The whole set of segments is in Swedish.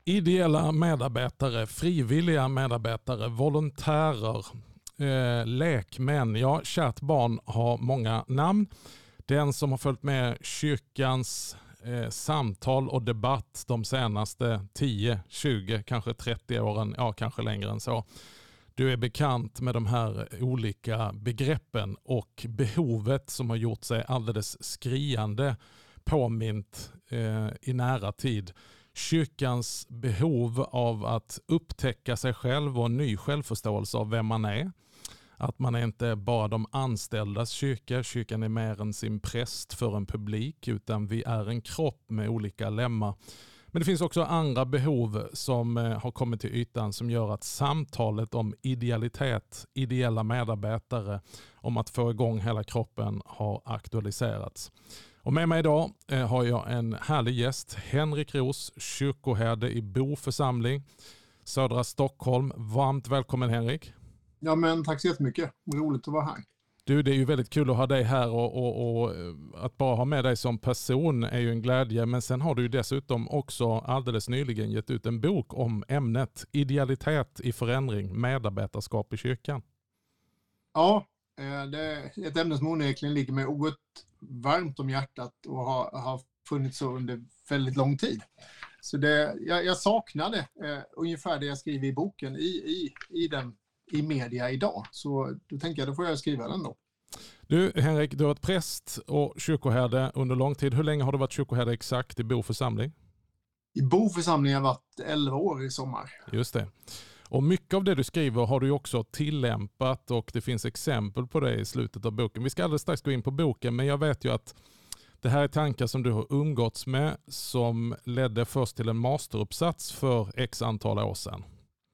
Ideella medarbetare, frivilliga medarbetare, volontärer, lekmän. Ja, kärt barn har många namn. Den som har följt med kyrkans samtal och debatt de senaste 10, 20, kanske 30 åren, ja kanske längre än så. Du är bekant med de här olika begreppen och behovet som har gjort sig alldeles skriande påmint i nära tid. Kyrkans behov av att upptäcka sig själv och en ny självförståelse av vem man är. Att man är inte bara de anställdas kyrka. Kyrkan är mer än sin präst för en publik, utan vi är en kropp med olika lemmar. Men det finns också andra behov som har kommit till ytan som gör att samtalet om idealitet, ideella medarbetare, om att få igång hela kroppen har aktualiserats. Och med mig idag har jag en härlig gäst, Henrik Roos, kyrkoherde i Bo församling, södra Stockholm. Varmt välkommen Henrik. Ja men tack så jättemycket, roligt att vara här. Du, det är ju väldigt kul att ha dig här och att bara ha med dig som person är ju en glädje. Men sen har du ju dessutom också alldeles nyligen gett ut en bok om ämnet idealitet i förändring, medarbetarskap i kyrkan. Ja, det är ett ämne som onekligen ligger mig oerhört varmt om hjärtat och har funnits så under väldigt lång tid. Så jag saknade ungefär det jag skriver i boken i media idag. Så då tänker jag, då får jag skriva den då. Du Henrik, du har varit präst och kyrkoherde under lång tid. Hur länge har du varit kyrkoherde exakt i Bo församling? I Bo församling har jag varit 11 år i sommar. Just det. Och mycket av det du skriver har du också tillämpat och det finns exempel på det i slutet av boken. Vi ska alldeles strax gå in på boken, men jag vet ju att det här är tankar som du har umgåtts med som ledde först till en masteruppsats för x antal år sedan.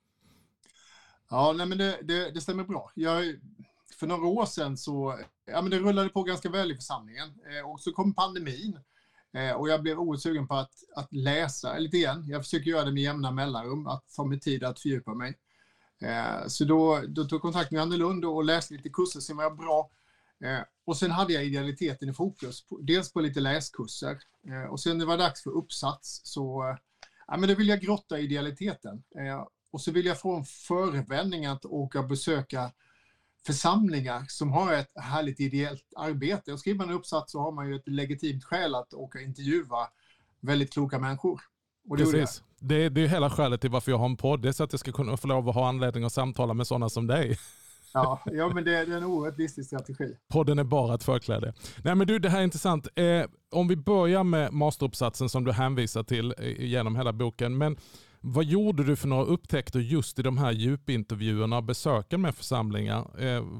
Ja, nej, men det stämmer bra. För några år sedan så, men det rullade på ganska väl i församlingen. Och så kom pandemin. Och jag blev oerhört sugen på att läsa lite igen. Jag försöker göra det med jämna mellanrum, att få mig tid att fördjupa mig. Så då tog jag kontakt med Anne Lund och läste lite kurser som var bra. Och sen hade jag idealiteten i fokus. Dels på lite läskurser. Och sen när det var dags för uppsats så men då vill jag grotta i idealiteten. Och så vill jag få en förevändning att åka och besöka församlingar som har ett härligt ideellt arbete. Och skriver man en uppsats så har man ju ett legitimt skäl att åka och intervjua väldigt kloka människor. Och precis. Det är hela skälet till varför jag har en podd. Det är så att jag ska kunna få lov att ha anledning att samtala med sådana som dig. Ja, men det är en oerhört listig strategi. Podden är bara ett förkläde. Nej men du, det här är intressant. Om vi börjar med masteruppsatsen som du hänvisar till genom hela boken. Men vad gjorde du för några upptäckter just i de här djupintervjuerna och besöken med församlingar?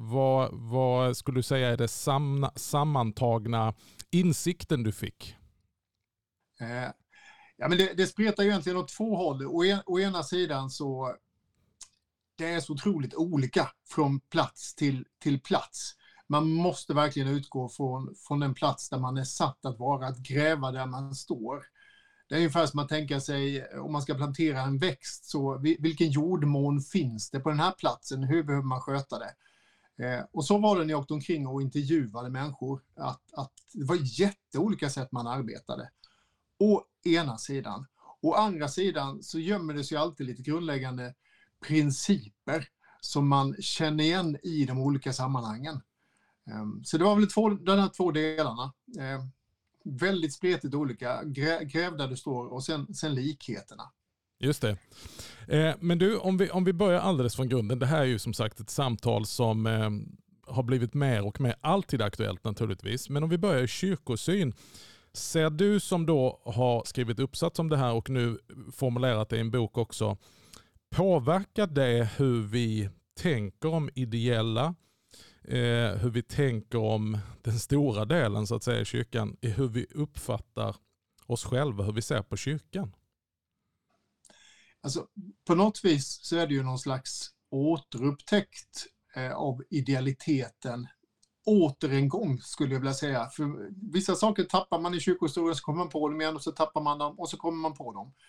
Vad skulle du säga är det sammantagna insikten du fick? Ja, men det spretar ju egentligen åt två håll. Å ena sidan så det är så otroligt olika från plats till plats. Man måste verkligen utgå från den plats där man är satt att vara, att gräva där man står. Det är ungefär som man tänker sig om man ska plantera en växt, så vilken jordmån finns det på den här platsen? Hur behöver man sköta det? Och så var det när jag åkte omkring och intervjuade människor, att det var jätteolika sätt man arbetade. Å ena sidan. Å andra sidan så gömmer det sig alltid lite grundläggande principer som man känner igen i de olika sammanhangen. Så det var väl de här två delarna. Väldigt spretigt olika. Gräv där du står och sen likheterna. Just det. Men du, om vi börjar alldeles från grunden. Det här är ju som sagt ett samtal som har blivit mer och mer alltid aktuellt naturligtvis. Men om vi börjar i kyrkosyn. Ser du som då har skrivit uppsats om det här och nu formulerat det i en bok också. Påverkar det hur vi tänker om ideella, hur vi tänker om den stora delen så att säga i kyrkan, i hur vi uppfattar oss själva, hur vi ser på kyrkan? Alltså, på något vis så är det ju någon slags återupptäckt av idealiteten. Åter en gång skulle jag vilja säga. För vissa saker tappar man i kyrkohistorien, så kommer man på dem igen och så tappar man dem och så kommer man på dem.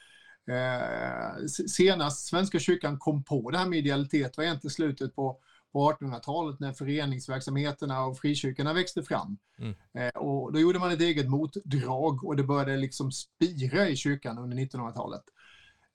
Senast Svenska kyrkan kom på det här med idealitet var egentligen slutet på 1800-talet när föreningsverksamheterna och frikyrkorna växte fram. Och då gjorde man ett eget motdrag och det började liksom spira i kyrkan under 1900-talet.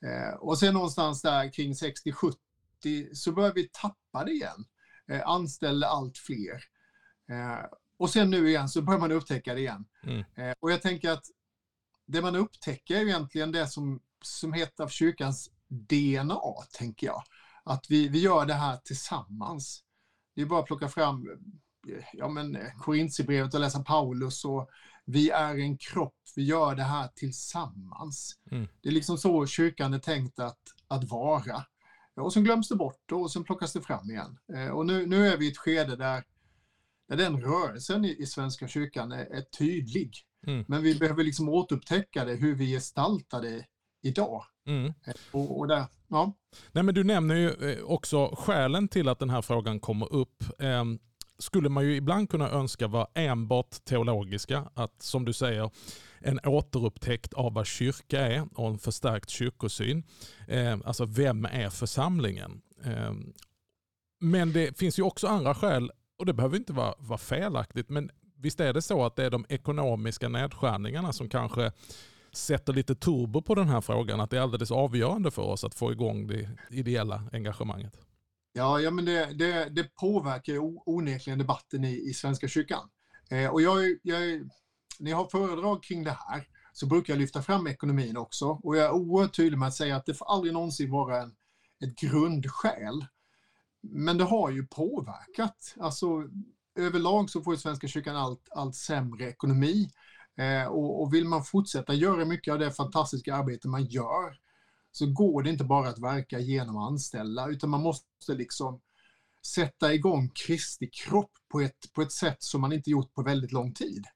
Och sen någonstans där kring 60-70 så börjar vi tappa det igen. Anställde allt fler. Och sen nu igen så börjar man upptäcka det igen. Och jag tänker att det man upptäcker är egentligen det som heter kyrkans DNA, tänker jag. Att vi gör det här tillsammans. Det är bara att plocka fram Korinthierbrevet och läsa Paulus, och vi är en kropp, vi gör det här tillsammans. Det är liksom så kyrkan är tänkt att vara. Och sen glöms det bort och sen plockas det fram igen. Och nu är vi i ett skede där den rörelsen i Svenska kyrkan är tydlig. Men vi behöver liksom återupptäcka det, hur vi gestaltar det idag. Och där, ja. Nej, men du nämner ju också skälen till att den här frågan kommer upp. Skulle man ju ibland kunna önska vara enbart teologiska, att som du säger, en återupptäckt av vad kyrka är och en förstärkt kyrkosyn. Alltså vem är församlingen? Men det finns ju också andra skäl, och det behöver inte vara felaktigt, men visst är det så att det är de ekonomiska nedskärningarna som kanske sätter lite turbo på den här frågan, att det är alldeles avgörande för oss att få igång det ideella engagemanget? Ja, men det påverkar onekligen debatten i Svenska kyrkan. Och när jag har föredrag kring det här så brukar jag lyfta fram ekonomin också. Och jag är oerhört tydlig med att säga att det får aldrig någonsin vara ett grundskäl. Men det har ju påverkat. Alltså överlag så får ju Svenska kyrkan allt sämre ekonomi. Och vill man fortsätta göra mycket av det fantastiska arbete man gör, så går det inte bara att verka genom att anställa, utan man måste liksom sätta igång Kristi kropp på ett sätt som man inte gjort på väldigt lång tid.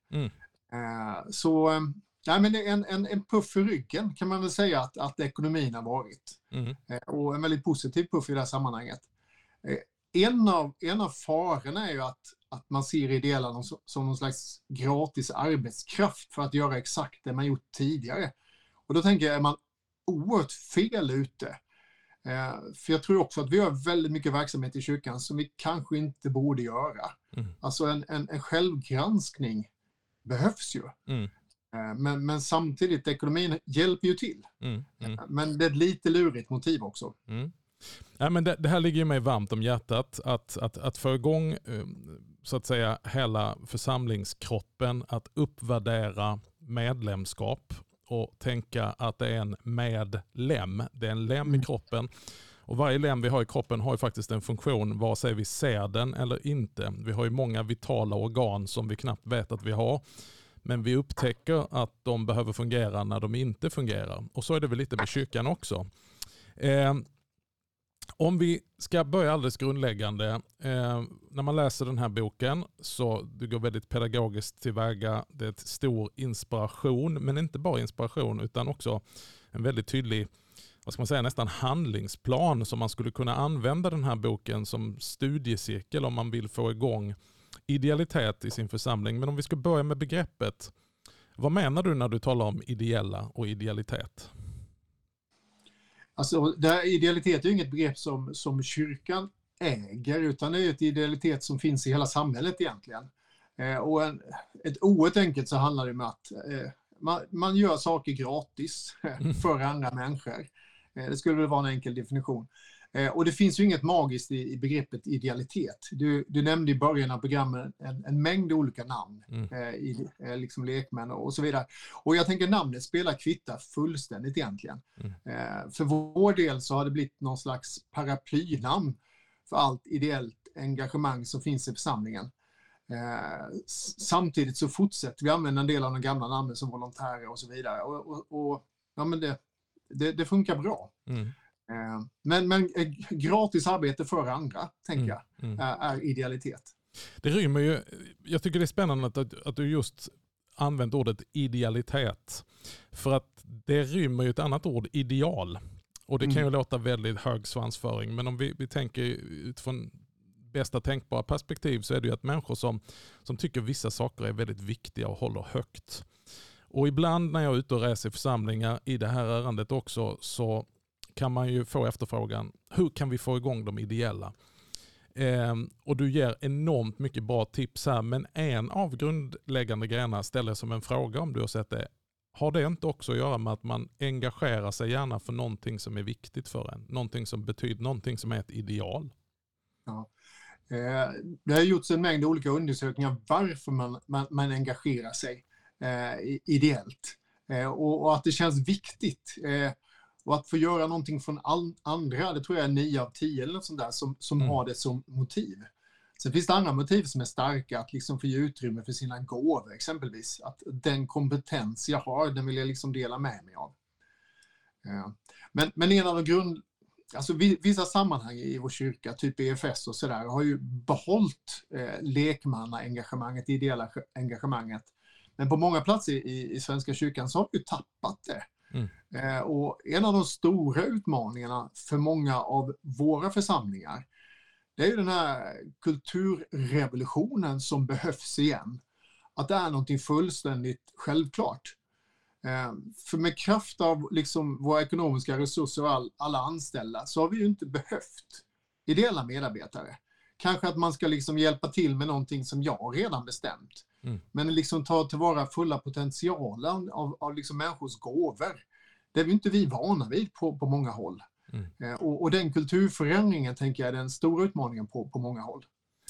Men det är en puff i ryggen, kan man väl säga att ekonomin har varit. Och en väldigt positiv puff i det här sammanhanget. En av farorna är ju att man ser ideella som någon slags gratis arbetskraft för att göra exakt det man gjort tidigare. Och då tänker jag, är man oerhört fel ute. För jag tror också att vi har väldigt mycket verksamhet i kyrkan som vi kanske inte borde göra. Alltså en självgranskning behövs ju. Men samtidigt, ekonomin hjälper ju till. Men det är ett lite lurigt motiv också. Ja, men det här ligger ju mig varmt om hjärtat, att få igång så att säga hela församlingskroppen, att uppvärdera medlemskap och tänka att det är en medlem. Det är en lem i kroppen. Och varje lem vi har i kroppen har ju faktiskt en funktion, vare sig vi ser den eller inte. Vi har ju många vitala organ som vi knappt vet att vi har. Men vi upptäcker att de behöver fungera när de inte fungerar. Och så är det väl lite med kyrkan också. Om vi ska börja alldeles grundläggande, när man läser den här boken så du går väldigt pedagogiskt tillväga. Det är ett stor inspiration, men inte bara inspiration utan också en väldigt tydlig, vad ska man säga, nästan handlingsplan som man skulle kunna använda den här boken som studiecirkel om man vill få igång idealitet i sin församling. Men om vi ska börja med begreppet, vad menar du när du talar om ideella och idealitet? Alltså, idealitet är ju inget begrepp som kyrkan äger, utan det är ett idealitet som finns i hela samhället egentligen. Och ett oerhört enkelt så handlar det om att man gör saker gratis för andra människor. Det skulle väl vara en enkel definition. Och det finns ju inget magiskt i begreppet idealitet. Du nämnde i början av programmet en mängd olika namn, liksom lekmän och så vidare. Och jag tänker namnet spelar kvitta fullständigt egentligen. För vår del så har det blivit någon slags paraplynamn för allt ideellt engagemang som finns i församlingen. Samtidigt så fortsätter vi använda en del av de gamla namnen som volontärer och så vidare. Och ja, men det funkar bra. Men gratis arbete för andra, tänker jag, är idealitet. Det rymmer ju, jag tycker det är spännande att du just använt ordet idealitet. För att det rymmer ju ett annat ord, ideal. Och det kan ju låta väldigt hög svansföring. Men om vi tänker utifrån bästa tänkbara perspektiv så är det ju att människor som tycker vissa saker är väldigt viktiga och håller högt. Och ibland när jag är ute och reser i församlingar i det här ärendet också, så kan man ju få efterfrågan, hur kan vi få igång de ideella? Och du ger enormt mycket bra tips här, men en av grundläggande grejerna ställer jag som en fråga, om du har sett det. har det inte också att göra med att man engagerar sig gärna för någonting som är viktigt för en? Någonting som betyder, någonting som är ett ideal? Ja. Det har gjorts en mängd olika undersökningar varför man engagerar sig ideellt. Och att det känns viktigt. Och att få göra någonting från andra, det tror jag är 9 av 10 eller något sånt där som har det som motiv. Sen finns det andra motiv som är starka, att liksom få ge utrymme för sina gåvor exempelvis. Att den kompetens jag har, den vill jag liksom dela med mig av. Men en av de alltså vissa sammanhang i vår kyrka, typ EFS och sådär, har ju behållit lekmannaengagemanget, det ideella engagemanget. Men på många platser i Svenska kyrkan så har vi ju tappat det. Och en av de stora utmaningarna för många av våra församlingar, det är ju den här kulturrevolutionen som behövs igen. Att det är någonting fullständigt självklart. För med kraft av liksom våra ekonomiska resurser och alla anställda så har vi ju inte behövt ideella medarbetare. Kanske att man ska liksom hjälpa till med någonting som jag redan bestämt. Men liksom ta tillvara fulla potentialen av liksom människors gåvor. Det är ju inte vi vana vid på många håll. Och den kulturförändringen tänker jag är den stora utmaningen på många håll.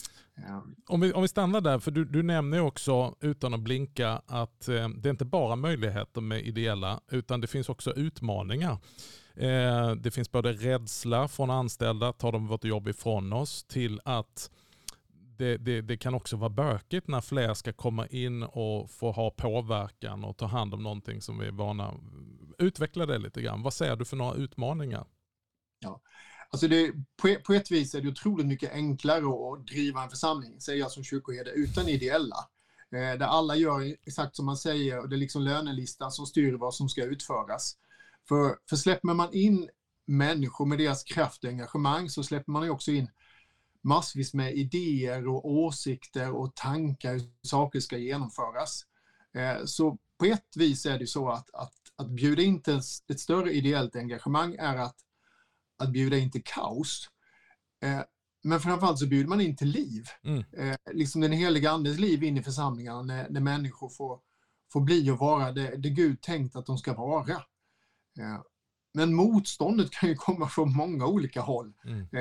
Om vi stannar där, för du nämner också utan att blinka att det är inte bara möjligheter med ideella utan det finns också utmaningar. Det finns både rädsla från anställda, tar de vårt jobb ifrån oss, till att det kan också vara bökigt när fler ska komma in och få ha påverkan och ta hand om någonting som vi är vana. Utveckla det lite grann. Vad ser du för några utmaningar? Ja, alltså på ett vis är det otroligt mycket enklare att driva en församling, säger jag som kyrkoherde, utan ideella. Där alla gör exakt som man säger och det är liksom lönelistan som styr vad som ska utföras. För släpper man in människor med deras kraft och engagemang så släpper man ju också in massvis med idéer och åsikter och tankar hur saker ska genomföras. Så på ett vis är det så att bjuda in till ett större ideellt engagemang är att bjuda in till kaos. Men framförallt så bjuder man in till liv. Liksom den heliga andens liv in i församlingarna när människor får bli och vara det Gud tänkt att de ska vara. Men motståndet kan ju komma från många olika håll.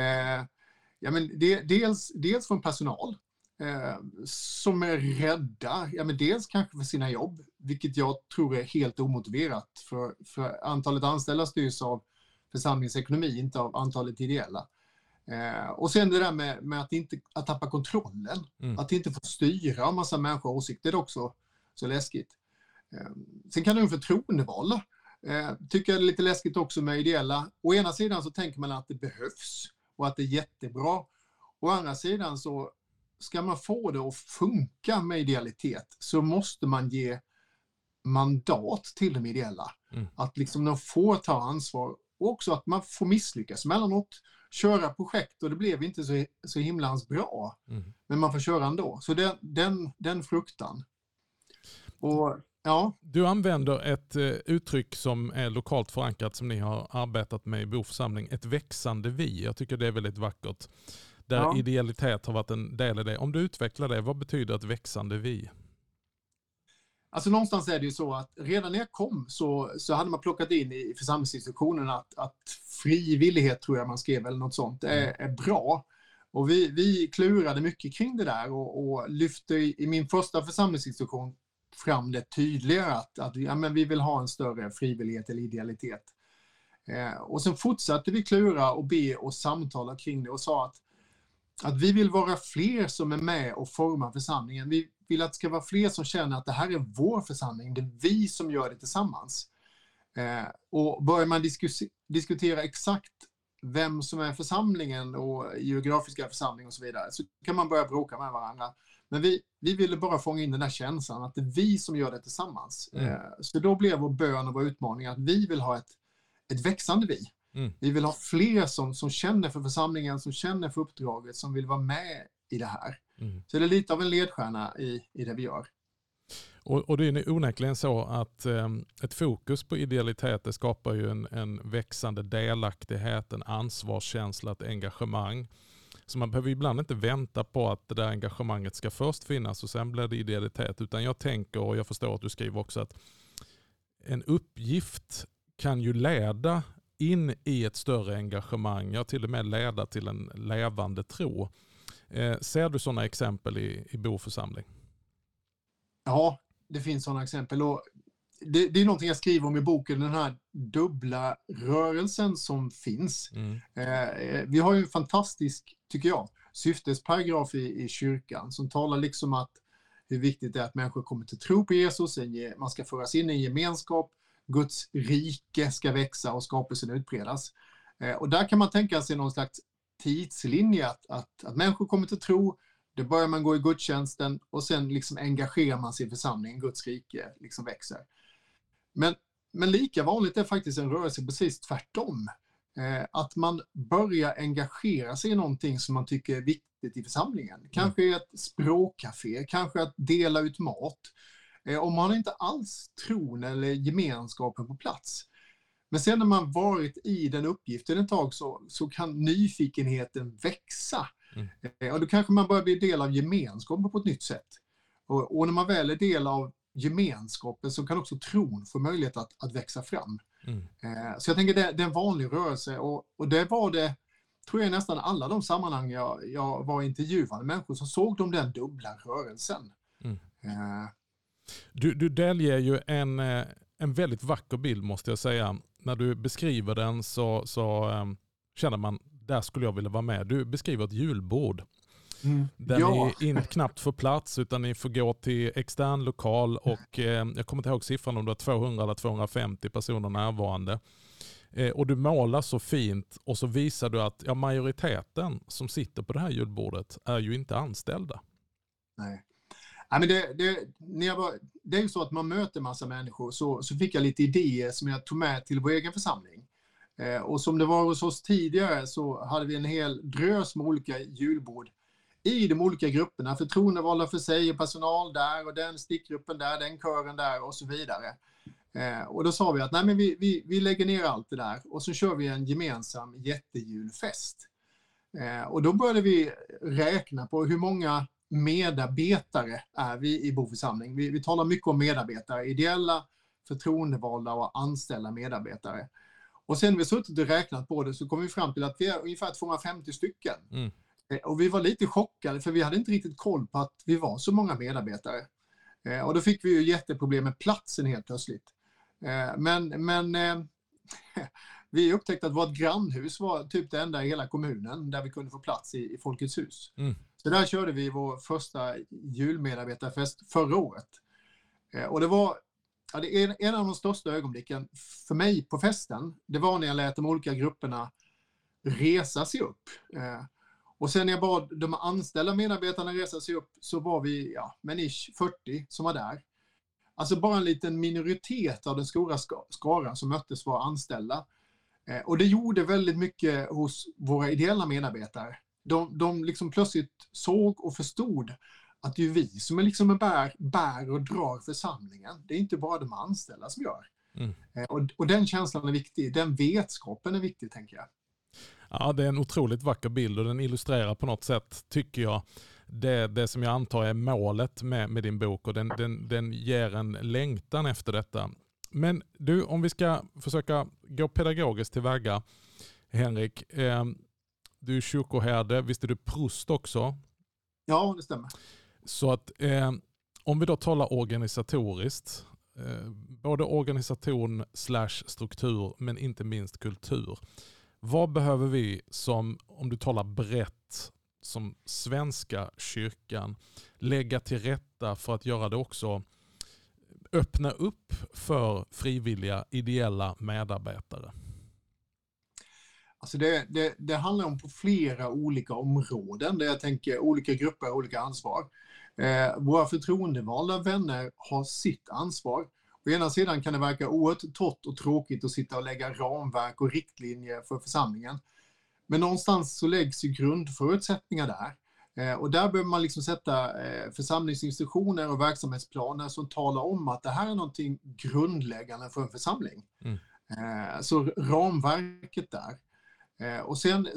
Ja, men dels från personal som är rädda, ja, men dels kanske för sina jobb, vilket jag tror är helt omotiverat, för antalet anställda styrs av församlingsekonomi, inte av antalet ideella. Och sen det där med att tappa kontrollen, att inte få styra en massa människor åsikter, är också så läskigt. Sen kan de förtroendevalda tycker jag är lite läskigt också med ideella. Å ena sidan så tänker man att det behövs och att det är jättebra. Å andra sidan så ska man få det att funka med idealitet så måste man ge mandat till de ideella. Att liksom de får ta ansvar och också att man får misslyckas mellanåt. Köra projekt och det blev inte så himlans bra. Men man får köra ändå. Så den fruktan. Och ja. Du använder ett uttryck som är lokalt förankrat som ni har arbetat med i Boförsamling. Ett växande vi. Jag tycker det är väldigt vackert. Där idealitet har varit en del i det. Om du utvecklar det, vad betyder ett växande vi? Alltså någonstans är det ju så att redan när jag kom så hade man plockat in i församlingsinstruktionen att frivillighet, tror jag man skrev eller något sånt, är bra. Och vi klurade mycket kring det där och lyfte i min första församlingsinstruktion fram det tydligare att ja, men vi vill ha en större frivillighet eller idealitet. Och sen fortsatte vi klura och be och samtala kring det och sa att vi vill vara fler som är med och formar församlingen. Vi vill att det ska vara fler som känner att det här är vår församling, det är vi som gör det tillsammans. Och börjar man diskutera exakt vem som är församlingen och geografiska församling och så vidare, så kan man börja bråka med varandra. Men vi ville bara fånga in den där känslan att det är vi som gör det tillsammans. Så då blev vår bön och vår utmaning att vi vill ha ett växande vi. Vi vill ha fler som känner för församlingen, som känner för uppdraget, som vill vara med i det här. Så det är lite av en ledstjärna i det vi gör. Och det är onekligen så att ett fokus på idealitet det skapar ju en växande delaktighet, en ansvarskänsla, ett engagemang. Så man behöver ibland inte vänta på att det där engagemanget ska först finnas och sen blir det idealitet. Utan jag tänker, och jag förstår att du skriver också, att en uppgift kan ju leda in i ett större engagemang, ja till och med leda till en levande tro. Ser du sådana exempel i Bo församling? Ja, det finns sådana exempel. Och det är någonting jag skriver om i boken, den här dubbla rörelsen som finns. Vi har ju en fantastisk, tycker jag, syftesparagraf i kyrkan som talar liksom att hur viktigt det är att människor kommer till tro på Jesus, man ska föras in i en gemenskap, Guds rike ska växa och skapelsen utbredas. Och där kan man tänka sig någon slags tidslinje att människor kommer till tro, då börjar man gå i gudstjänsten och sen liksom engagerar man sig i församlingen, Guds rike liksom växer. Men lika vanligt är faktiskt en rörelse precis tvärtom. Att man börjar engagera sig i någonting som man tycker är viktigt i församlingen. Kanske ett språkcafé, kanske att dela ut mat. Om man inte alls tron eller gemenskapen på plats. Men sen när man varit i den uppgiften ett tag så kan nyfikenheten växa. Och då kanske man börjar bli del av gemenskapen på ett nytt sätt. Och när man väl är del av gemenskapen så kan också tron få möjlighet att växa fram. Så jag tänker det är en vanlig rörelse och det var det, tror jag, nästan alla de sammanhang jag var intervjuade människor så såg de den dubbla rörelsen. Du delger ju en väldigt vacker bild, måste jag säga. När du beskriver den så känner man, där skulle jag vilja vara med. Du beskriver ett julbord. Där ni inte knappt får plats utan ni får gå till extern lokal och jag kommer inte ihåg siffran om det var 200 eller 250 personer närvarande. Och du målar så fint och så visar du att majoriteten som sitter på det här julbordet är ju inte anställda. Nej. Ja, men det är ju så att man möter massa människor så fick jag lite idéer som jag tog med till vår egen församling. Och som det var hos oss tidigare så hade vi en hel drös med olika julbord i de olika grupperna, förtroendevalda för sig, personal där och den stickgruppen där, den kören där och så vidare. Och då sa vi att nej, men vi lägger ner allt det där och så kör vi en gemensam jättejulfest. Och då började vi räkna på hur många medarbetare är vi i Bo församling. Vi talar mycket om medarbetare, ideella, förtroendevalda och anställda medarbetare. Och sen vi suttit och räknat på det så kom vi fram till att vi är ungefär 250 stycken. Och vi var lite chockade för vi hade inte riktigt koll på att vi var så många medarbetare. Och då fick vi ju jätteproblem med platsen helt plötsligt. Men vi upptäckte att vårt grannhus var typ det enda i hela kommunen där vi kunde få plats i Folkets hus. Så där körde vi vår första julmedarbetarfest förra året. Och det var en av de största ögonblicken för mig på festen. Det var när jag lät de olika grupperna resa sig upp. Och sen när jag bad de anställda medarbetarna resa sig upp så var vi 40 som var där. Alltså bara en liten minoritet av den stora skaran som möttes var anställda. Och det gjorde väldigt mycket hos våra ideella medarbetare. De liksom plötsligt såg och förstod att det är vi som är liksom bär och drar församlingen. Det är inte bara de anställda som gör. Och den känslan är viktig. Den vetskapen är viktig, tänker jag. Ja, det är en otroligt vacker bild och den illustrerar på något sätt, tycker jag, det som jag antar är målet med din bok och den ger en längtan efter detta. Men du, om vi ska försöka gå pedagogiskt tillväga, Henrik, du är kyrkoherde, visst är du prost också? Ja, det stämmer. Så att om vi då talar organisatoriskt, både organisation / struktur men inte minst kultur. Vad behöver vi som, om du talar brett, som svenska kyrkan lägga till rätta för att göra det också, öppna upp för frivilliga ideella medarbetare? Alltså det handlar om på flera olika områden där jag tänker olika grupper har olika ansvar. Våra förtroendevalda vänner har sitt ansvar. Å ena sidan kan det verka oerhört torrt och tråkigt att sitta och lägga ramverk och riktlinjer för församlingen. Men någonstans så läggs ju grundförutsättningar där. Och där behöver man liksom sätta församlingsinstitutioner och verksamhetsplaner som talar om att det här är någonting grundläggande för en församling. Så ramverket där. Och sen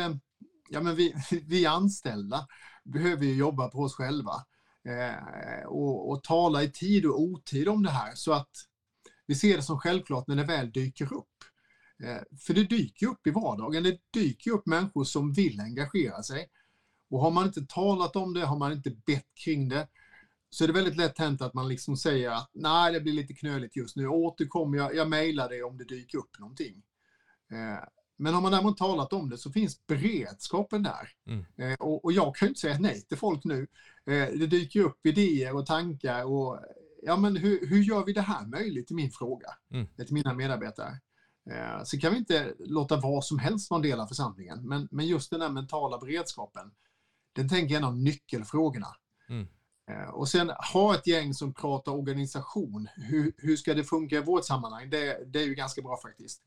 vi anställda behöver ju jobba på oss själva och tala i tid och otid om det här så att vi ser det som självklart när det väl dyker upp. För det dyker upp i vardagen, det dyker upp människor som vill engagera sig. Och har man inte talat om det, har man inte bett kring det, så är det väldigt lätt hänt att man liksom säger att nej, det blir lite knöligt just nu, återkommer jag mejlar det om det dyker upp någonting. Men har man däremot talat om det så finns beredskapen där. Och jag kan ju inte säga nej till folk nu. Det dyker upp idéer och tankar och ja, men hur gör vi det här möjligt till min fråga, till mina medarbetare. Så kan vi inte låta vad som helst vara en del av församlingen. Men just den här mentala beredskapen, den tänker jag är en av nyckelfrågorna. Och sen ha ett gäng som pratar organisation. Hur ska det funka i vårt sammanhang? Det är ju ganska bra faktiskt.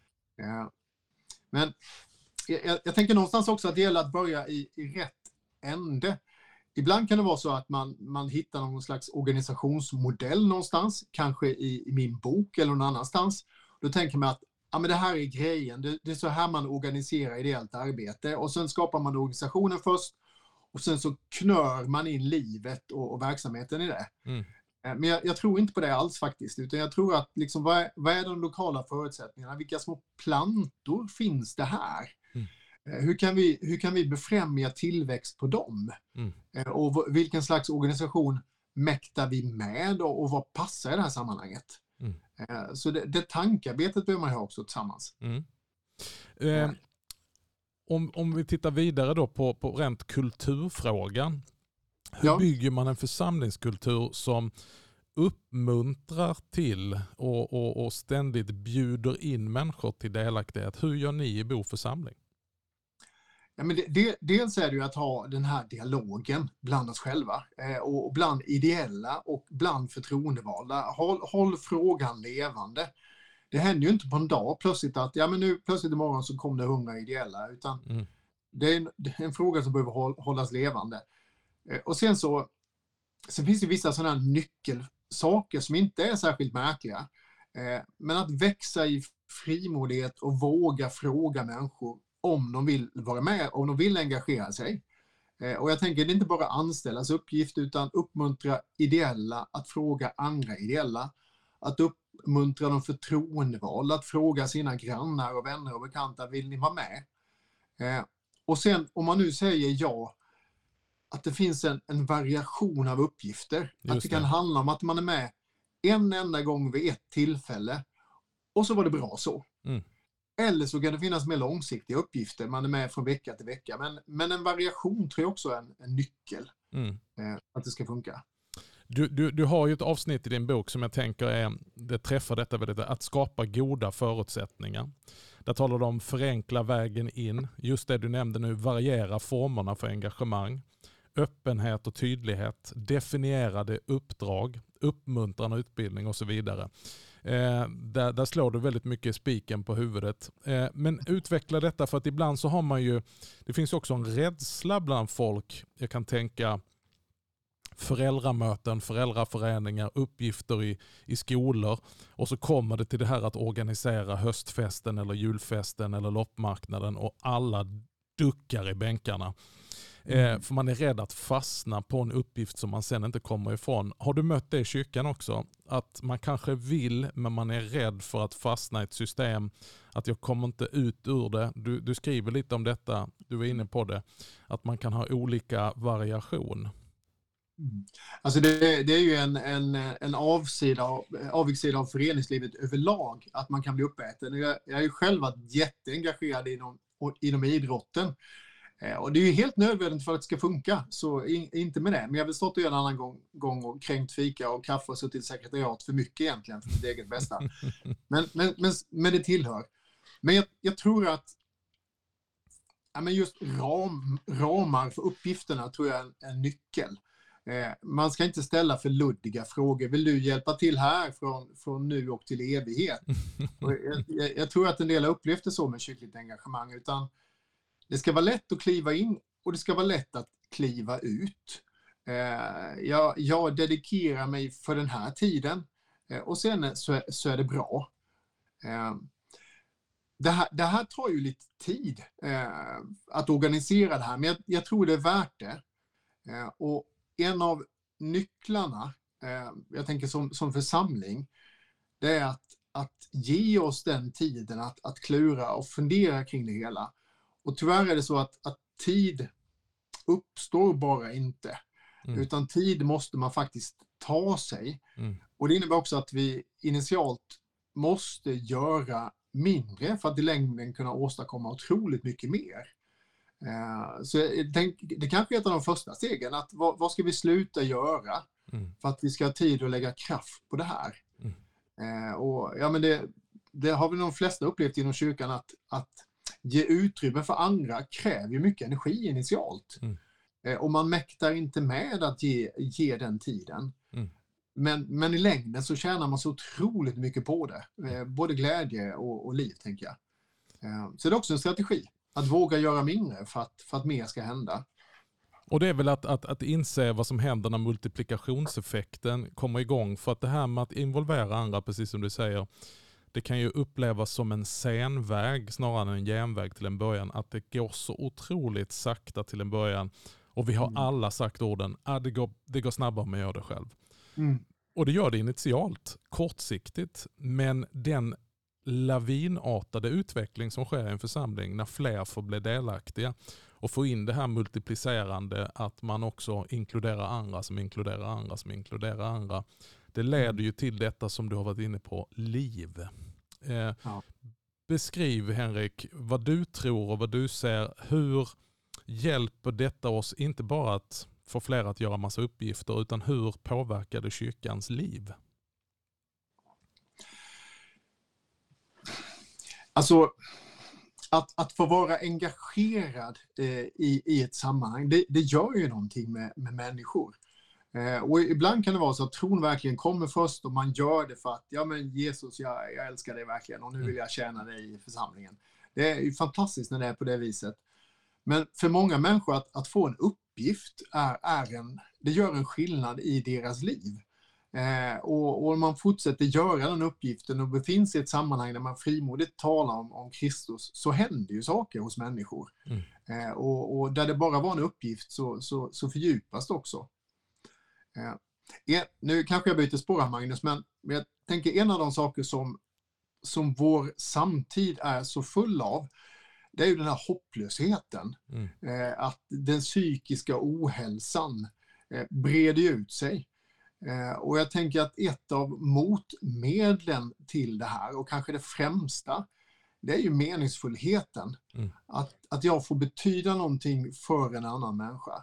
Men jag tänker någonstans också att det gäller att börja i rätt ände. Ibland kan det vara så att man hittar någon slags organisationsmodell någonstans, kanske i min bok eller någon annanstans. Då tänker man att ja, men det här är grejen, det är så här man organiserar ideellt arbete, och sen skapar man organisationen först och sen så knör man in livet och verksamheten i det. Men jag tror inte på det alls faktiskt, utan jag tror att liksom, vad är de lokala förutsättningarna? Vilka små plantor finns det här? Hur kan vi befrämja tillväxt på dem? Och vilken slags organisation mäktar vi med och vad passar i det här sammanhanget? Så det tankarbetet behöver man ha också tillsammans. Om vi tittar vidare då på rent kulturfrågan. Hur bygger man en församlingskultur som uppmuntrar till och ständigt bjuder in människor till delaktighet? Hur gör ni i Bo församling? Ja, men dels är det ju att ha den här dialogen bland oss själva och bland ideella och bland förtroendevalda. Håll frågan levande. Det händer ju inte på en dag plötsligt att ja, men nu plötsligt imorgon så kom det 100 ideella, utan det är en fråga som behöver hållas levande. Och sen finns det vissa sådana nyckelsaker som inte är särskilt märkliga. Men att växa i frimodighet och våga fråga människor om de vill vara med, om de vill engagera sig. Och jag tänker, det är inte bara anställas uppgift, utan uppmuntra ideella att fråga andra ideella. Att uppmuntra de förtroendevalda att fråga sina grannar och vänner och bekanta, vill ni vara med? Och sen, om man nu säger ja, att det finns en variation av uppgifter. Att det kan handla om att man är med en enda gång vid ett tillfälle och så var det bra så. Eller så kan det finnas mer långsiktiga uppgifter. Man är med från vecka till vecka. Men en variation tror jag också är en nyckel. Att det ska funka. Du har ju ett avsnitt i din bok som jag tänker det träffar detta väldigt, att skapa goda förutsättningar. Där talar du om förenkla vägen in. Just det du nämnde nu, variera formerna för engagemang. Öppenhet och tydlighet, definierade uppdrag, uppmuntran och utbildning och så vidare. Där slår du väldigt mycket spiken på huvudet. Men utveckla detta, för att ibland så har man ju, det finns också en rädsla bland folk. Jag kan tänka föräldramöten, föräldraföreningar, uppgifter i skolor, och så kommer det till det här att organisera höstfesten eller julfesten eller loppmarknaden och alla duckar i bänkarna. För man är rädd att fastna på en uppgift som man sen inte kommer ifrån. Har du mött det i kyrkan också? Att man kanske vill, men man är rädd för att fastna i ett system. Att jag kommer inte ut ur det. Du skriver lite om detta, du är inne på det. Att man kan ha olika variation. Alltså det är ju en avigsida av föreningslivet överlag. Att man kan bli uppäten. Jag är ju själv jätteengagerad inom idrotten. Och det är ju helt nödvändigt för att det ska funka, så inte med det. Men jag vill stått och göra en annan gång och kränkt fika och kaffe och suttit i sekretariat för mycket egentligen, för mitt eget bästa. Men det tillhör. Men jag tror att just ramar för uppgifterna tror jag är en nyckel. Man ska inte ställa för luddiga frågor. Vill du hjälpa till här från nu och till evighet? Och jag tror att en del har upplevt det så med kyrkligt engagemang, utan det ska vara lätt att kliva in och det ska vara lätt att kliva ut. Jag dedikerar mig för den här tiden och sen så är det bra. Det här tar ju lite tid att organisera det här, men jag tror det är värt det. Och en av nycklarna, jag tänker som församling, det är att ge oss den tiden att klura och fundera kring det hela. Och tyvärr är det så att tid uppstår bara inte. Utan tid måste man faktiskt ta sig. Och det innebär också att vi initialt måste göra mindre för att i längden kunna åstadkomma otroligt mycket mer. Så det kanske är ett av de första stegen, att vad ska vi sluta göra för att vi ska ha tid att lägga kraft på det här. Och ja, men det har vi de flesta upplevt inom kyrkan, att ge utrymme för andra kräver ju mycket energi initialt. Och man mäktar inte med att ge den tiden. Men i längden så tjänar man så otroligt mycket på det. Både glädje och liv, tänker jag. Så det är också en strategi. Att våga göra mindre för att mer ska hända. Och det är väl att inse vad som händer när multiplikationseffekten kommer igång. För att det här med att involvera andra, precis som du säger, det kan ju upplevas som en senväg snarare än en genväg till en början. Att det går så otroligt sakta till en början. Och vi har alla sagt orden, det går snabbare om jag gör det själv. Och det gör det initialt, kortsiktigt. Men den lavinartade utveckling som sker i en församling när fler får bli delaktiga och få in det här multiplicerande, att man också inkluderar andra som inkluderar andra som inkluderar andra. Det leder ju till detta som du har varit inne på, liv. Beskriv, Henrik, vad du tror och vad du ser. Hur hjälper detta oss inte bara att få fler att göra massa uppgifter, utan hur påverkar det kyrkans liv? Alltså, att få vara engagerad i ett sammanhang, det gör ju någonting med människor. Och ibland kan det vara så att tron verkligen kommer först och man gör det för att, ja men Jesus, jag älskar dig verkligen och nu vill jag tjäna dig i församlingen. Det är ju fantastiskt när det är på det viset. Men för många människor att få en uppgift det gör en skillnad i deras liv. Och om man fortsätter göra den uppgiften och befinner sig i ett sammanhang där man frimodigt talar om Kristus, så händer ju saker hos människor. Och där det bara var en uppgift så fördjupas det också. Nu kanske jag byter spår här, Magnus, men jag tänker en av de saker som vår samtid är så full av, det är ju den här hopplösheten. Att den psykiska ohälsan breder ut sig. Och jag tänker att ett av motmedlen till det här, och kanske det främsta, det är ju meningsfullheten. Att jag får betyda någonting för en annan människa.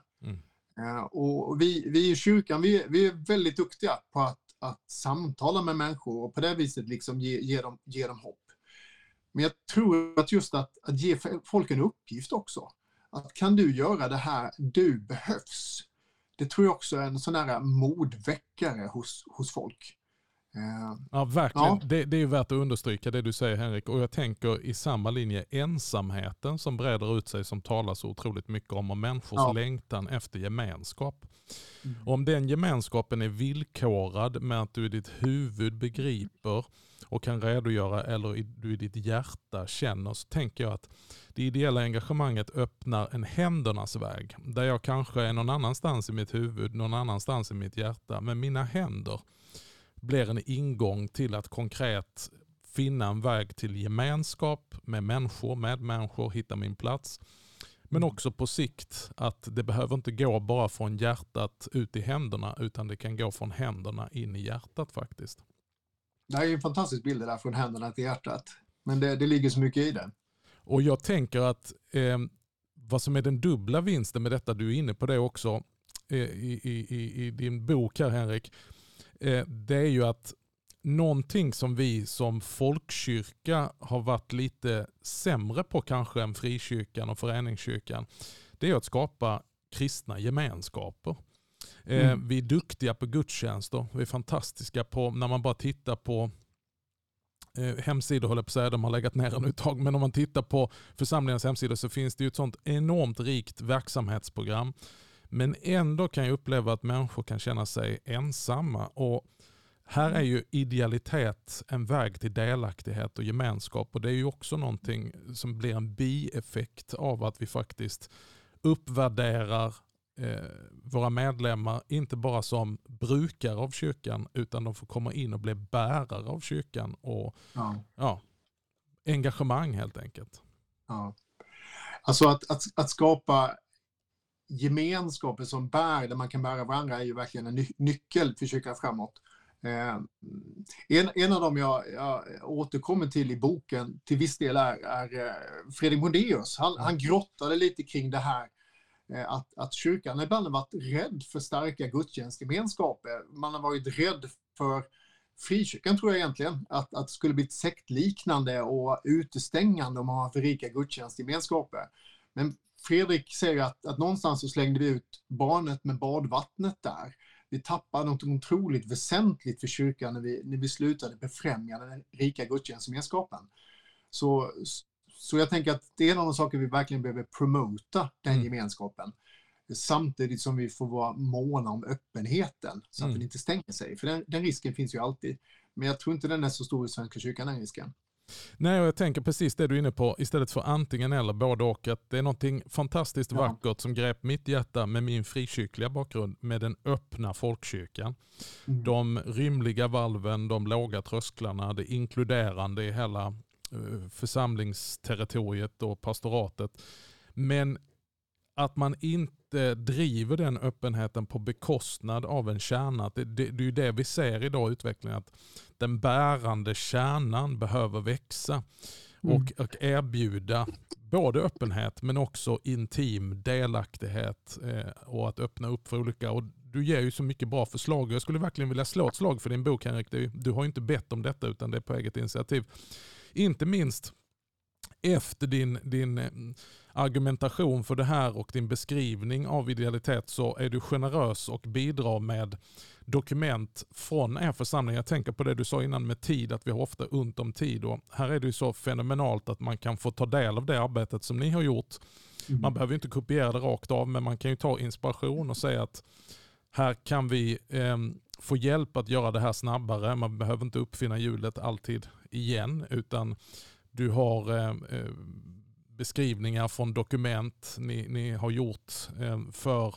Och vi i kyrkan, vi är väldigt duktiga på att samtala med människor och på det viset liksom ge dem hopp. Men jag tror att just att ge folk en uppgift också. Att kan du göra det här, du behövs. Det tror jag också är en sån här modväckare hos folk. Ja, verkligen. Ja. Det är ju värt att understryka det du säger, Henrik. Och jag tänker i samma linje ensamheten som breder ut sig, som talar så otroligt mycket om, och människors längtan efter gemenskap. Och om den gemenskapen är villkorad med att du i ditt huvud begriper och kan redogöra, eller du i ditt hjärta känner, så tänker jag att det ideella engagemanget öppnar en händernas väg. Där jag kanske är någon annanstans i mitt huvud, någon annanstans i mitt hjärta, men mina händer blir en ingång till att konkret finna en väg till gemenskap med människor, hitta min plats. Men också på sikt att det behöver inte gå bara från hjärtat ut i händerna, utan det kan gå från händerna in i hjärtat faktiskt. Det här är en fantastisk bild där, från händerna till hjärtat. Men det ligger så mycket i det. Och jag tänker att vad som är den dubbla vinsten med detta, du är inne på det också i din bok här, Henrik, det är ju att någonting som vi som folkkyrka har varit lite sämre på kanske än frikyrkan och föreningskyrkan, det är att skapa kristna gemenskaper. Vi är duktiga på gudstjänster, vi är fantastiska på, när man bara tittar på hemsidor, håller på att säga, de har legat ner en uttag, men om man tittar på församlingens hemsidor så finns det ju ett sånt enormt rikt verksamhetsprogram. Men ändå kan jag uppleva att människor kan känna sig ensamma, och här är ju idealitet en väg till delaktighet och gemenskap, och det är ju också någonting som blir en bieffekt av att vi faktiskt uppvärderar våra medlemmar inte bara som brukare av kyrkan, utan de får komma in och bli bärare av kyrkan och engagemang helt enkelt. Ja. Alltså att skapa gemenskaper som bär, där man kan bära varandra, är ju verkligen en nyckel för kyrkan framåt. En av dem jag återkommer till i boken till viss del är Fredrik Modéus. Han grottade lite kring det här att kyrkan ibland har varit rädd för starka gudstjänstgemenskaper. Man har varit rädd för frikyrkan, tror jag egentligen, att det skulle bli ett sektliknande och utestängande om man har för rika gudstjänstgemenskaper. Men Fredrik säger att någonstans så slängde vi ut barnet med badvattnet där. Vi tappade något otroligt väsentligt för kyrkan när vi slutade befrämja den rika gudstjänstgemenskapen. Så jag tänker att det är en av de saker vi verkligen behöver promota, den gemenskapen. Samtidigt som vi får vara måna om öppenheten så att den inte stänger sig. För den risken finns ju alltid. Men jag tror inte den är så stor i Svenska kyrkan, den risken. Nej, och jag tänker precis det du är inne på, istället för antingen eller både och, att det är någonting fantastiskt vackert som grep mitt hjärta med min frikyrkliga bakgrund, med den öppna folkkyrkan. De rymliga valven, de låga trösklarna, det inkluderande i hela församlingsterritoriet och pastoratet. Men att man inte driver den öppenheten på bekostnad av en kärna. Det är ju det vi ser idag i utvecklingen, att den bärande kärnan behöver växa och erbjuda både öppenhet men också intim delaktighet och att öppna upp för olika. Och du ger ju så mycket bra förslag. Jag skulle verkligen vilja slå ett slag för din bok, Henrik. Du har ju inte bett om detta, utan det är på eget initiativ. Inte minst efter din argumentation för det här och din beskrivning av idealitet, så är du generös och bidrar med dokument från er församling. Jag tänker på det du sa innan med tid, att vi har ofta ont om tid, och här är det ju så fenomenalt att man kan få ta del av det arbetet som ni har gjort. Man behöver inte kopiera det rakt av, men man kan ju ta inspiration och säga att här kan vi få hjälp att göra det här snabbare. Man behöver inte uppfinna hjulet alltid igen, utan du har beskrivningar från dokument ni har gjort för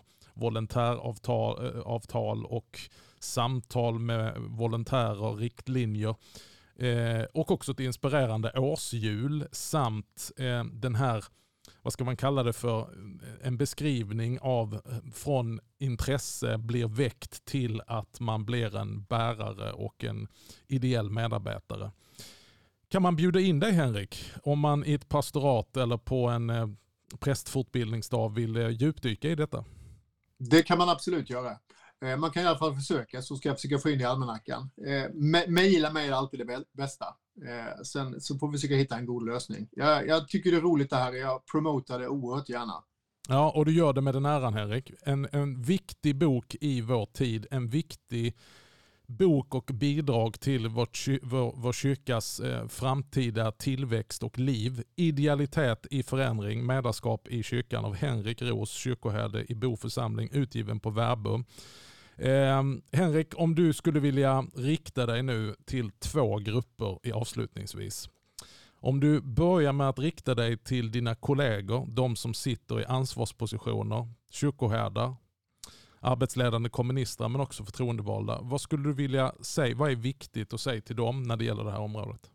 volontäravtal och samtal med volontärer, riktlinjer och också ett inspirerande årshjul samt den här, vad ska man kalla det för, en beskrivning av från intresse blir väckt till att man blir en bärare och en ideell medarbetare. Kan man bjuda in dig, Henrik, om man i ett pastorat eller på en prästfortbildningsdag vill djupdyka i detta? Det kan man absolut göra. Man kan i alla fall försöka, så ska jag försöka få in i almanackan. Mejla mig är alltid det bästa. Sen så får vi försöka hitta en god lösning. Jag tycker det är roligt det här. Jag promotar det oerhört gärna. Ja, och du gör det med den äran, Henrik. En viktig bok i vår tid. En viktig bok och bidrag till vår kyrkas framtida tillväxt och liv. Idealitet i förändring, medarskap i kyrkan, av Henrik Roos, kyrkoherde i Bo församling, utgiven på Verbum. Henrik, om du skulle vilja rikta dig nu till 2 grupper i avslutningsvis. Om du börjar med att rikta dig till dina kollegor, de som sitter i ansvarspositioner, kyrkoherdar, arbetsledande kommunister men också förtroendevalda. Vad skulle du vilja säga? Vad är viktigt att säga till dem när det gäller det här området?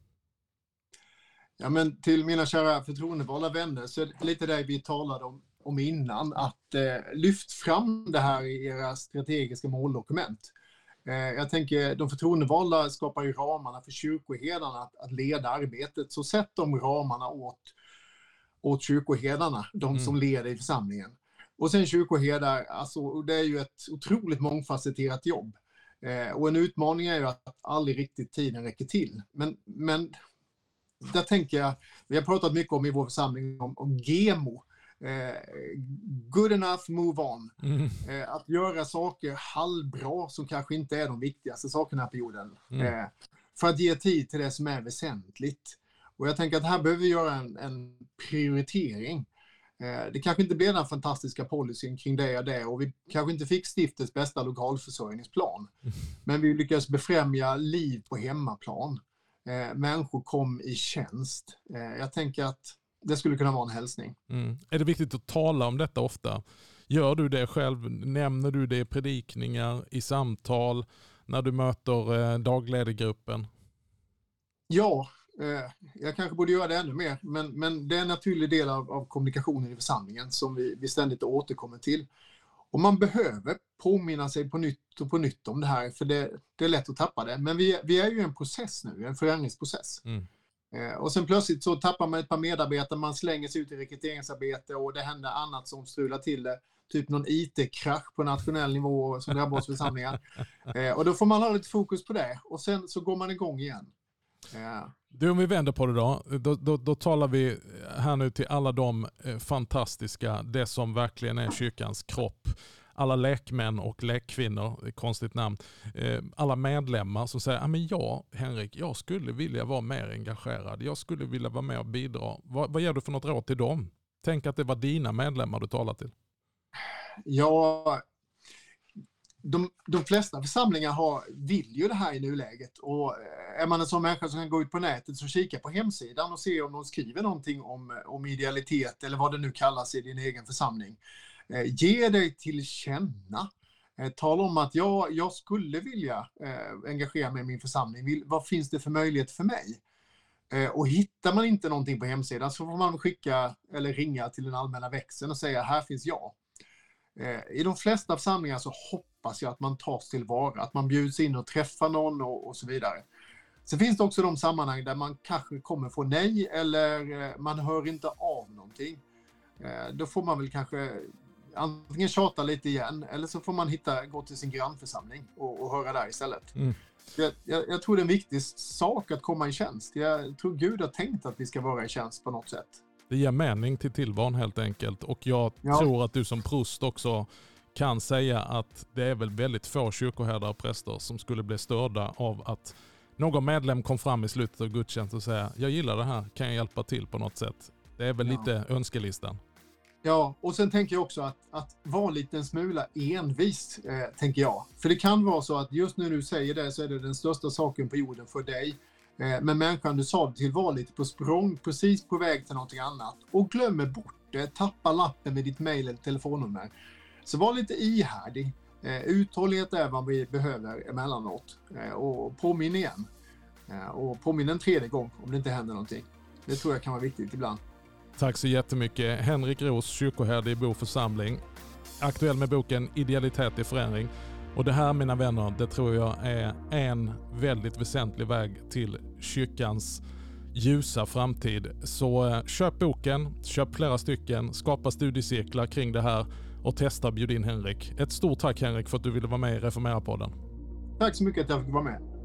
Ja, men till mina kära förtroendevalda vänner, så är det lite det vi talade om innan, att lyft fram det här i era strategiska måldokument. Jag tänker, de förtroendevalda skapar ju ramarna för kyrkoherdarna att leda arbetet, så sätt de ramarna åt kyrkoherdarna, de som leder i församlingen. Och sen kyrkoherdar, alltså, det är ju ett otroligt mångfacetterat jobb. Och en utmaning är ju att aldrig riktigt tiden räcker till. Men där tänker jag, vi har pratat mycket om i vår församling om GEMO. Good enough, move on. Att göra saker halvbra som kanske inte är de viktigaste sakerna på jorden. För att ge tid till det som är väsentligt. Och jag tänker att här behöver vi göra en prioritering. Det kanske inte blev den fantastiska policyn kring det och det, och vi kanske inte fick stiftets bästa lokalförsörjningsplan. Men vi lyckades befrämja liv på hemmaplan. Människor kom i tjänst. Jag tänker att det skulle kunna vara en hälsning. Är det viktigt att tala om detta ofta? Gör du det själv? Nämner du det i predikningar, i samtal, när du möter dagledargruppen? Ja, jag kanske borde göra det ännu mer, men det är en naturlig del av kommunikationen i församlingen som vi ständigt återkommer till. Och man behöver påminna sig på nytt om det här, för det är lätt att tappa det. Men vi är ju i en process nu, en förändringsprocess. Och sen plötsligt så tappar man ett par medarbetare, man slänger sig ut i rekryteringsarbete och det händer annat som strular till det. Typ någon IT-krasch på nationell nivå som drabbar oss församlingar. Och då får man ha lite fokus på det och sen så går man igång igen. Du, om vi vänder på det då talar vi här nu till alla de fantastiska, det som verkligen är kyrkans kropp. Alla lekmän och lekkvinnor, konstigt namn, alla medlemmar som säger, men Henrik, jag skulle vilja vara mer engagerad, jag skulle vilja vara med och bidra. Vad ger du för något råd till dem? Tänk att det var dina medlemmar du talar till. Ja, de flesta församlingar vill ju det här i nuläget, och är man en sån människa som kan gå ut på nätet så kika på hemsidan och se om de skriver någonting om idealitet eller vad det nu kallas i din egen församling. Ge dig till känna. Tala om att jag skulle vilja engagera mig i min församling. Vad finns det för möjlighet för mig? Och hittar man inte någonting på hemsidan så får man skicka eller ringa till den allmänna växeln och säga, här finns jag. I de flesta församlingar så hoppas jag att man tas tillvara, att man bjuds in och träffar någon och så vidare. Sen finns det också de sammanhang där man kanske kommer få nej eller man hör inte av någonting. Då får man väl kanske antingen tjata lite igen eller så får man gå till sin grannförsamling och höra där istället. Jag tror det är en viktig sak att komma i tjänst. Jag tror Gud har tänkt att vi ska vara i tjänst på något sätt. Det ger mening till tillvaron helt enkelt. Och jag tror att du som prost också kan säga att det är väl väldigt få kyrkoherdar och präster som skulle bli störda av att någon medlem kom fram i slutet av gudstjänst och säga, jag gillar det här, kan jag hjälpa till på något sätt? Det är väl lite önskelistan. Ja, och sen tänker jag också att vara lite en smula envis, tänker jag. För det kan vara så att just när du säger det så är det den största saken på jorden för dig. Men människan du sa det till var lite på språng, precis på väg till någonting annat. Och glömmer bort det, tappar lappen med ditt mejl eller telefonnummer. Så var lite ihärdig. Uthållighet är vad vi behöver emellanåt. Och påminn igen. Och påminn en tredje gång om det inte händer någonting. Det tror jag kan vara viktigt ibland. Tack så jättemycket. Henrik Roos, kyrkoherde i Bo församling. Aktuell med boken Idealitet i förändring. Och det här, mina vänner, det tror jag är en väldigt väsentlig väg till kyrkans ljusa framtid. Så köp boken, köp flera stycken, skapa studiecirklar kring det här och testa bjud in Henrik. Ett stort tack Henrik för att du ville vara med i Reformera-podden. Tack så mycket att jag fick vara med.